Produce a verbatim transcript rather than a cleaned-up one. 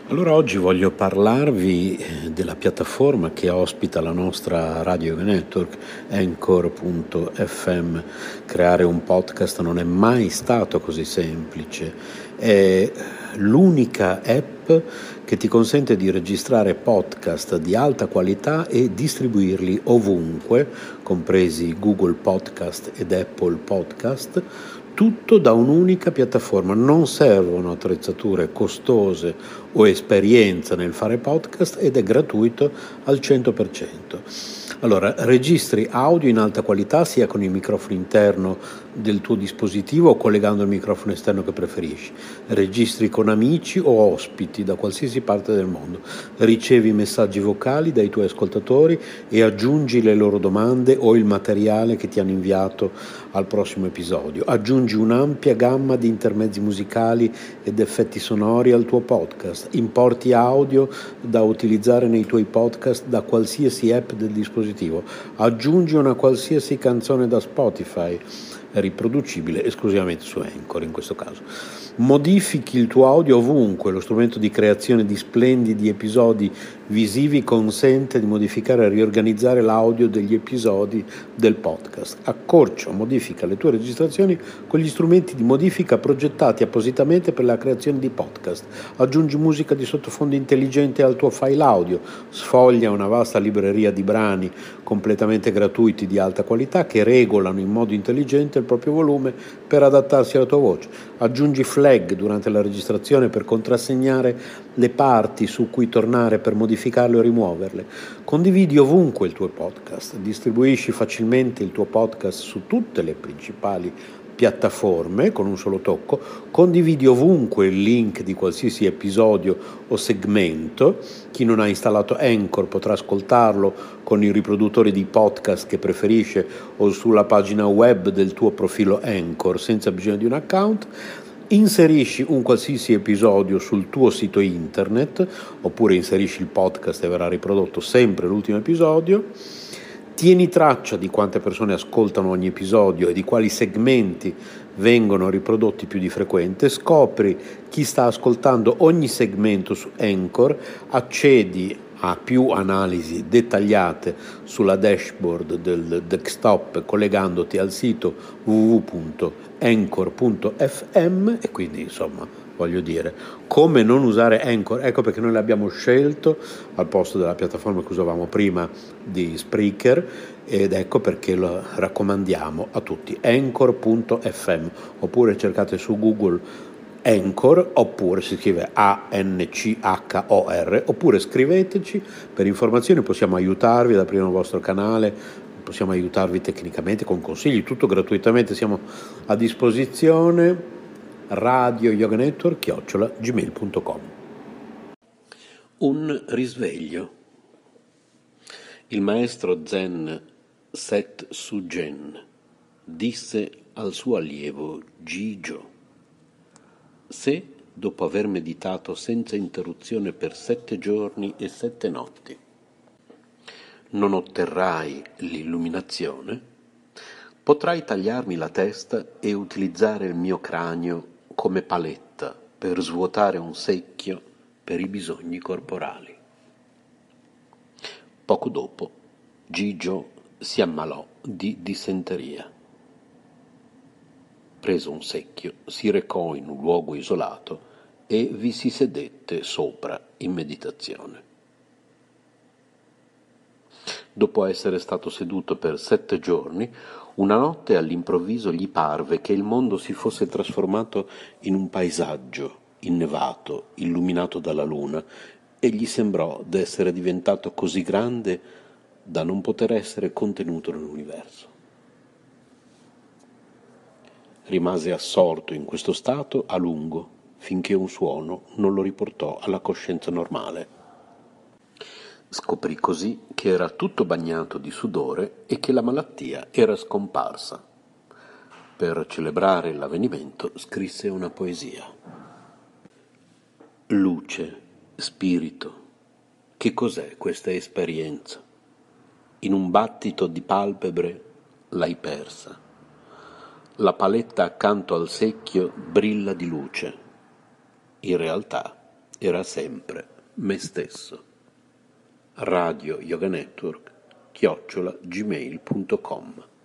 Allora oggi voglio parlarvi della piattaforma che ospita la nostra radio network, Anchor punto effe emme. Creare un podcast non è mai stato così semplice. È l'unica app che ti consente di registrare podcast di alta qualità e distribuirli ovunque, compresi Google Podcast ed Apple Podcast, tutto da un'unica piattaforma. Non servono attrezzature costose o esperienza nel fare podcast ed è gratuito al cento per cento. Allora, registri audio in alta qualità sia con il microfono interno del tuo dispositivo o collegando il microfono esterno che preferisci. Registri con amici o ospiti da qualsiasi parte del mondo. Ricevi messaggi vocali dai tuoi ascoltatori e aggiungi le loro domande o il materiale che ti hanno inviato al prossimo episodio. Aggiungi un'ampia gamma di intermezzi musicali ed effetti sonori al tuo podcast. Importi audio da utilizzare nei tuoi podcast da qualsiasi app del dispositivo. Aggiungi una qualsiasi canzone da Spotify, riproducibile esclusivamente su Anchor in questo caso. Modifichi il tuo audio ovunque. Lo strumento di creazione di splendidi episodi visivi consente di modificare e riorganizzare l'audio degli episodi del podcast. Accorcia o modifica le tue registrazioni con gli strumenti di modifica progettati appositamente per la creazione di podcast. Aggiungi musica di sottofondo intelligente al tuo file audio. Sfoglia una vasta libreria di brani completamente gratuiti di alta qualità che regolano in modo intelligente il proprio volume per adattarsi alla tua voce. Aggiungi flag durante la registrazione per contrassegnare le parti su cui tornare per modificarle o rimuoverle. Condividi ovunque il tuo podcast, distribuisci facilmente il tuo podcast su tutte le principali piattaforme con un solo tocco, condividi ovunque il link di qualsiasi episodio o segmento. Chi non ha installato Anchor potrà ascoltarlo con i riproduttori di podcast che preferisce o sulla pagina web del tuo profilo Anchor senza bisogno di un account. Inserisci un qualsiasi episodio sul tuo sito internet oppure inserisci il podcast e verrà riprodotto sempre l'ultimo episodio. Tieni traccia di quante persone ascoltano ogni episodio e di quali segmenti vengono riprodotti più di frequente. Scopri chi sta ascoltando ogni segmento su Anchor, accedi a più analisi dettagliate sulla dashboard del desktop collegandoti al sito w w w punto anchor punto effe emme e quindi insomma voglio dire come non usare Anchor. Ecco perché noi l'abbiamo scelto al posto della piattaforma che usavamo prima di Spreaker ed ecco perché lo raccomandiamo a tutti. Anchor punto effe emme oppure cercate su Google Anchor oppure si scrive A N C H O R oppure scriveteci per informazioni, possiamo aiutarvi ad aprire un vostro canale, possiamo aiutarvi tecnicamente con consigli, tutto gratuitamente, siamo a disposizione. Radio Yoga Network chiocciola gmail punto com. Un risveglio. Il maestro Zen Set Sujen disse al suo allievo Jijo: se, dopo aver meditato senza interruzione per sette giorni e sette notti, non otterrai l'illuminazione, potrai tagliarmi la testa e utilizzare il mio cranio come paletta per svuotare un secchio per i bisogni corporali. Poco dopo, Jijo si ammalò di dissenteria. Preso un secchio, si recò in un luogo isolato e vi si sedette sopra in meditazione. Dopo essere stato seduto per sette giorni, una notte all'improvviso gli parve che il mondo si fosse trasformato in un paesaggio innevato, illuminato dalla luna, e gli sembrò d'essere diventato così grande da non poter essere contenuto nell'universo. Rimase assorto in questo stato a lungo, finché un suono non lo riportò alla coscienza normale. Scoprì così che era tutto bagnato di sudore e che la malattia era scomparsa. Per celebrare l'avvenimento scrisse una poesia. Luce, spirito, che cos'è questa esperienza? In un battito di palpebre l'hai persa. La paletta accanto al secchio brilla di luce. In realtà era sempre me stesso. Radio Yoga Network chiocciola gmail punto com